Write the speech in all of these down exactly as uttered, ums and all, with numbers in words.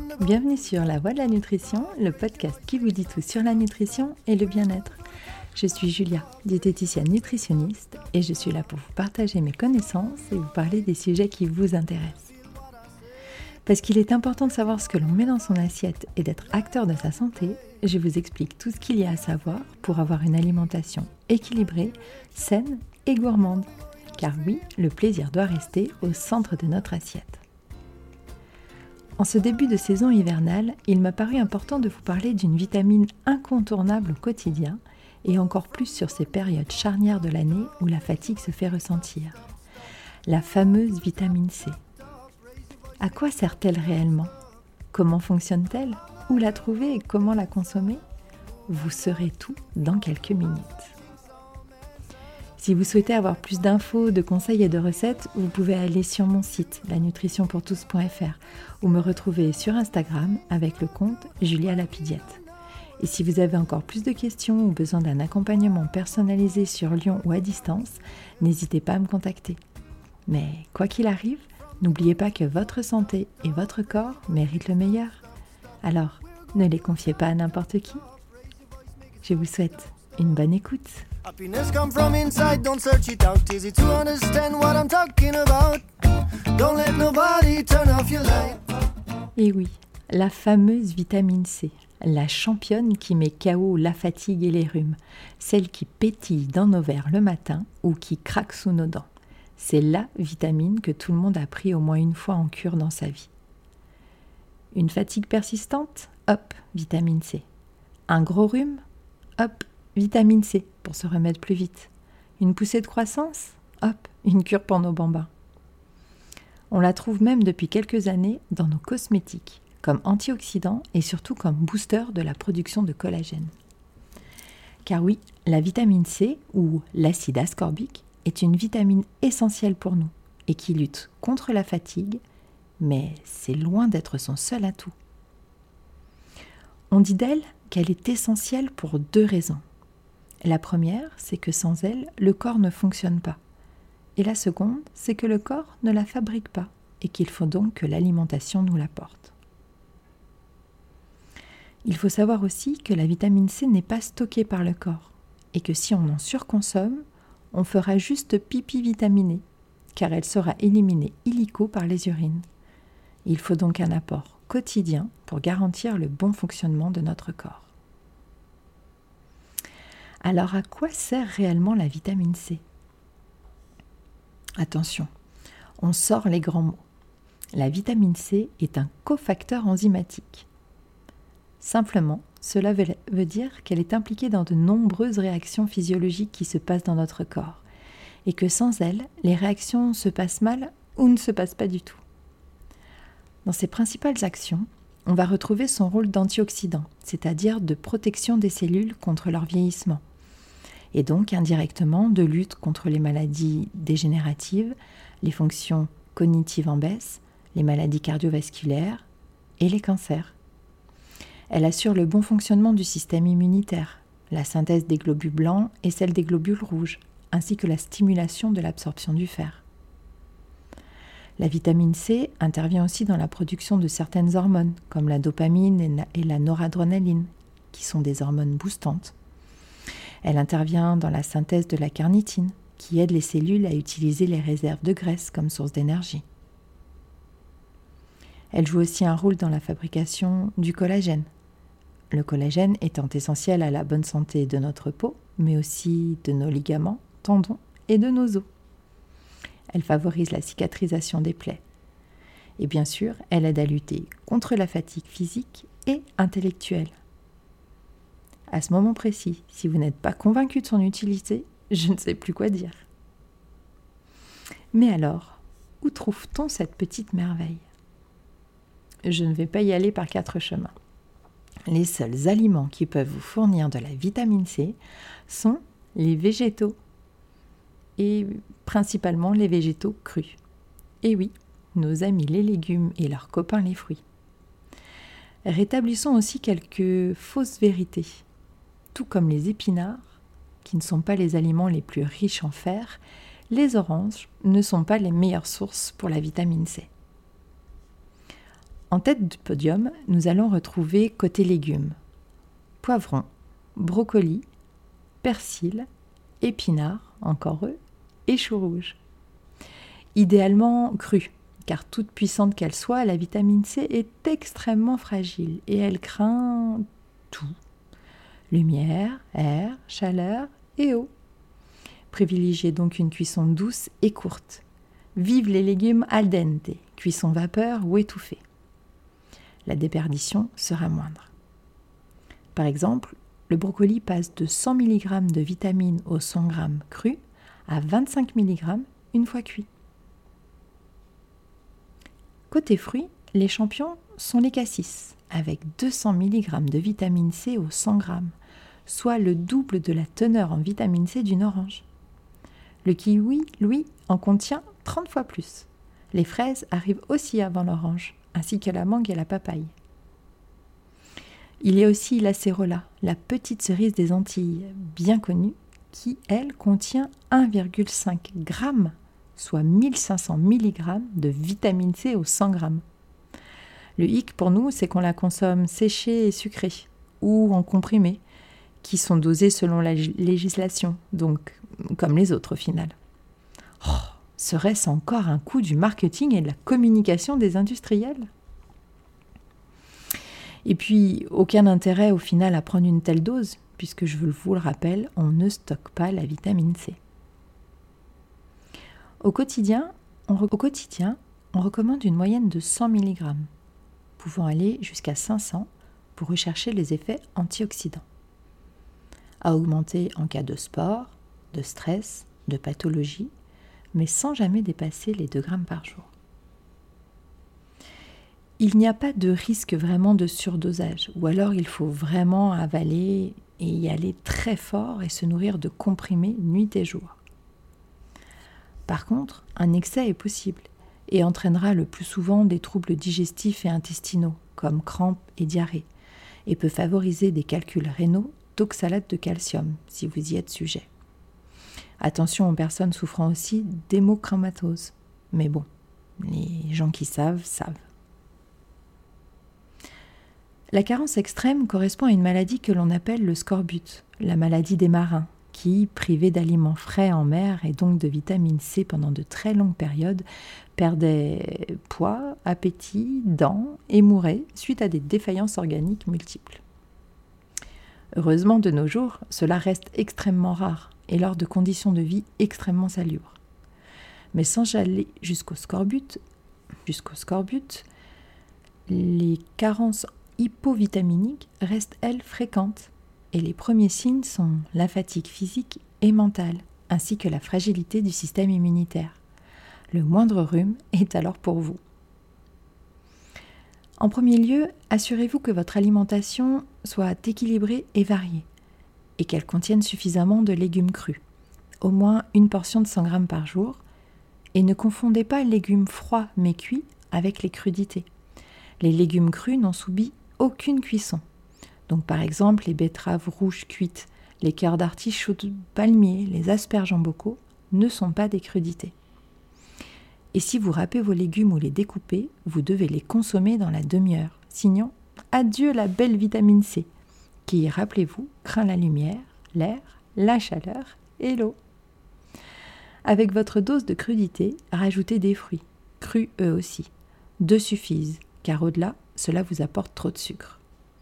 Bienvenue sur La Voix de la Nutrition, le podcast qui vous dit tout sur la nutrition et le bien-être. Je suis Julia, diététicienne nutritionniste, et je suis là pour vous partager mes connaissances et vous parler des sujets qui vous intéressent. Parce qu'il est important de savoir ce que l'on met dans son assiette et d'être acteur de sa santé, je vous explique tout ce qu'il y a à savoir pour avoir une alimentation équilibrée, saine et gourmande. Car oui, le plaisir doit rester au centre de notre assiette. En ce début de saison hivernale, il m'a paru important de vous parler d'une vitamine incontournable au quotidien et encore plus sur ces périodes charnières de l'année où la fatigue se fait ressentir. La fameuse vitamine C. À quoi sert-elle réellement ? Comment fonctionne-t-elle ? Où la trouver et comment la consommer ? Vous saurez tout dans quelques minutes. Si vous souhaitez avoir plus d'infos, de conseils et de recettes, vous pouvez aller sur mon site la nutrition pour tous point f r ou me retrouver sur Instagram avec le compte Julia Lapidiette. Et si vous avez encore plus de questions ou besoin d'un accompagnement personnalisé sur Lyon ou à distance, n'hésitez pas à me contacter. Mais quoi qu'il arrive, n'oubliez pas que votre santé et votre corps méritent le meilleur. Alors, ne les confiez pas à n'importe qui. Je vous souhaite une bonne écoute. Happiness come from inside, don't search it out. Easy to understand what I'm talking about. Don't let nobody turn off your light. Et oui, la fameuse vitamine C, la championne qui met K O la fatigue et les rhumes, celle qui pétille dans nos verres le matin ou qui craque sous nos dents. C'est la vitamine que tout le monde a pris au moins une fois en cure dans sa vie. Une fatigue persistante ? Hop, vitamine C. Un gros rhume ? Hop, vitamine C pour se remettre plus vite. Une poussée de croissance ? Hop, une cure pour nos bambins. On la trouve même depuis quelques années dans nos cosmétiques, comme antioxydant et surtout comme booster de la production de collagène. Car oui, la vitamine C, ou l'acide ascorbique, est une vitamine essentielle pour nous et qui lutte contre la fatigue, mais c'est loin d'être son seul atout. On dit d'elle qu'elle est essentielle pour deux raisons. La première, c'est que sans elle, le corps ne fonctionne pas. Et la seconde, c'est que le corps ne la fabrique pas et qu'il faut donc que l'alimentation nous l'apporte. Il faut savoir aussi que la vitamine C n'est pas stockée par le corps et que si on en surconsomme, on fera juste pipi vitaminé, car elle sera éliminée illico par les urines. Il faut donc un apport quotidien pour garantir le bon fonctionnement de notre corps. Alors à quoi sert réellement la vitamine C ? Attention, on sort les grands mots. La vitamine C est un cofacteur enzymatique. Simplement, cela veut dire qu'elle est impliquée dans de nombreuses réactions physiologiques qui se passent dans notre corps et que sans elle, les réactions se passent mal ou ne se passent pas du tout. Dans ses principales actions, on va retrouver son rôle d'antioxydant, c'est-à-dire de protection des cellules contre leur vieillissement, et donc indirectement de lutte contre les maladies dégénératives, les fonctions cognitives en baisse, les maladies cardiovasculaires et les cancers. Elle assure le bon fonctionnement du système immunitaire, la synthèse des globules blancs et celle des globules rouges, ainsi que la stimulation de l'absorption du fer. La vitamine C intervient aussi dans la production de certaines hormones, comme la dopamine et la noradrénaline, qui sont des hormones boostantes. Elle intervient dans la synthèse de la carnitine, qui aide les cellules à utiliser les réserves de graisse comme source d'énergie. Elle joue aussi un rôle dans la fabrication du collagène. Le collagène étant essentiel à la bonne santé de notre peau, mais aussi de nos ligaments, tendons et de nos os. Elle favorise la cicatrisation des plaies. Et bien sûr, elle aide à lutter contre la fatigue physique et intellectuelle. À ce moment précis, si vous n'êtes pas convaincu de son utilité, je ne sais plus quoi dire. Mais alors, où trouve-t-on cette petite merveille ? Je ne vais pas y aller par quatre chemins. Les seuls aliments qui peuvent vous fournir de la vitamine C sont les végétaux, et principalement les végétaux crus. Et oui, nos amis les légumes et leurs copains les fruits. Rétablissons aussi quelques fausses vérités. Tout comme les épinards, qui ne sont pas les aliments les plus riches en fer, les oranges ne sont pas les meilleures sources pour la vitamine C. En tête du podium, nous allons retrouver côté légumes, poivrons, brocolis, persil, épinards, encore eux, et choux rouges. Idéalement crus, car toute puissante qu'elle soit, la vitamine C est extrêmement fragile et elle craint tout. Lumière, air, chaleur et eau. Privilégiez donc une cuisson douce et courte. Vive les légumes al dente, cuisson vapeur ou étouffée. La déperdition sera moindre. Par exemple, le brocoli passe de cent milligrammes de vitamine au cent grammes cru à vingt-cinq milligrammes une fois cuit. Côté fruits, les champions sont les cassis, avec deux cents milligrammes de vitamine C au cent grammes, soit le double de la teneur en vitamine C d'une orange. Le kiwi, lui, en contient trente fois plus. Les fraises arrivent aussi avant l'orange, ainsi que la mangue et la papaye. Il y a aussi l'acérola, la petite cerise des Antilles, bien connue, qui, elle, contient un virgule cinq grammes, soit mille cinq cents milligrammes de vitamine C au cent grammes. Le hic pour nous, c'est qu'on la consomme séchée et sucrée, ou en comprimé, qui sont dosés selon la législation, donc comme les autres au final. Oh, serait-ce encore un coup du marketing et de la communication des industriels ? Et puis, aucun intérêt au final à prendre une telle dose, puisque je vous le rappelle, on ne stocke pas la vitamine C. Au quotidien, on, re- au quotidien, on recommande une moyenne de cent milligrammes, pouvant aller jusqu'à cinq cents pour rechercher les effets antioxydants. À augmenter en cas de sport, de stress, de pathologie, mais sans jamais dépasser les deux grammes par jour. Il n'y a pas de risque vraiment de surdosage, ou alors il faut vraiment avaler et y aller très fort et se nourrir de comprimés nuit et jour. Par contre, un excès est possible et entraînera le plus souvent des troubles digestifs et intestinaux, comme crampes et diarrhée, et peut favoriser des calculs rénaux d'oxalate de calcium, si vous y êtes sujet. Attention aux personnes souffrant aussi d'hémochromatose, mais bon, les gens qui savent, savent. La carence extrême correspond à une maladie que l'on appelle le scorbut, la maladie des marins, qui, privés d'aliments frais en mer et donc de vitamine C pendant de très longues périodes, perdaient poids, appétit, dents et mouraient suite à des défaillances organiques multiples. Heureusement, de nos jours, cela reste extrêmement rare et lors de conditions de vie extrêmement salubres. Mais sans aller jusqu'au scorbut, jusqu'au scorbut, les carences hypovitaminiques restent, elles, fréquentes, et les premiers signes sont la fatigue physique et mentale, ainsi que la fragilité du système immunitaire. Le moindre rhume est alors pour vous. En premier lieu, assurez-vous que votre alimentation soit équilibrée et variée, et qu'elle contienne suffisamment de légumes crus, au moins une portion de cent grammes par jour, et ne confondez pas légumes froids mais cuits avec les crudités. Les légumes crus n'ont subi aucune cuisson. Donc par exemple les betteraves rouges cuites, les cœurs d'artichaut de palmier, les asperges en bocaux ne sont pas des crudités. Et si vous râpez vos légumes ou les découpez, vous devez les consommer dans la demi-heure. Sinon, adieu la belle vitamine C, qui, rappelez-vous, craint la lumière, l'air, la chaleur et l'eau. Avec votre dose de crudité, rajoutez des fruits, crus eux aussi. Deux suffisent, car au-delà, cela vous apporte trop de sucre.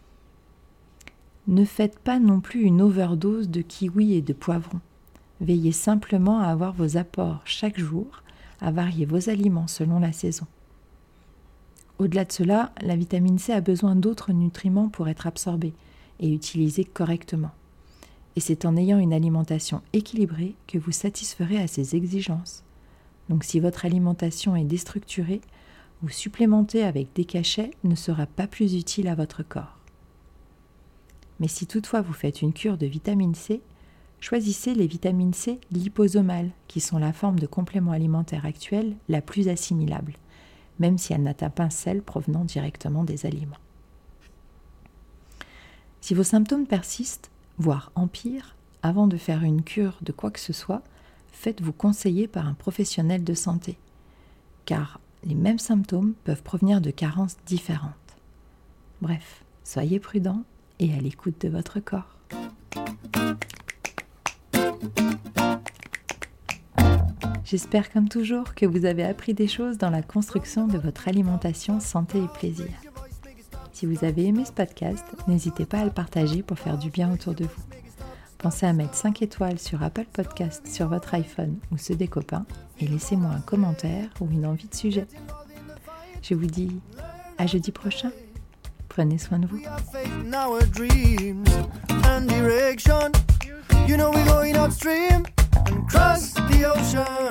Ne faites pas non plus une overdose de kiwi et de poivrons. Veillez simplement à avoir vos apports chaque jour, à varier vos aliments selon la saison. Au-delà de cela, la vitamine C a besoin d'autres nutriments pour être absorbée et utilisée correctement. Et c'est en ayant une alimentation équilibrée que vous satisferez à ces exigences. Donc si votre alimentation est déstructurée, vous supplémenter avec des cachets ne sera pas plus utile à votre corps. Mais si toutefois vous faites une cure de vitamine C, choisissez les vitamines C liposomales, qui sont la forme de complément alimentaire actuelle la plus assimilable, même si elle n'atteint pas un sel provenant directement des aliments. Si vos symptômes persistent, voire empirent, avant de faire une cure de quoi que ce soit, faites-vous conseiller par un professionnel de santé, car les mêmes symptômes peuvent provenir de carences différentes. Bref, soyez prudents et à l'écoute de votre corps. J'espère comme toujours que vous avez appris des choses dans la construction de votre alimentation santé et plaisir. Si vous avez aimé ce podcast, n'hésitez pas à le partager pour faire du bien autour de vous. Pensez à mettre cinq étoiles sur Apple Podcast sur votre iPhone ou ceux des copains et laissez-moi un commentaire ou une envie de sujet. Je vous dis à jeudi prochain. Prenez soin de vous. You know we're going upstream and cross the ocean.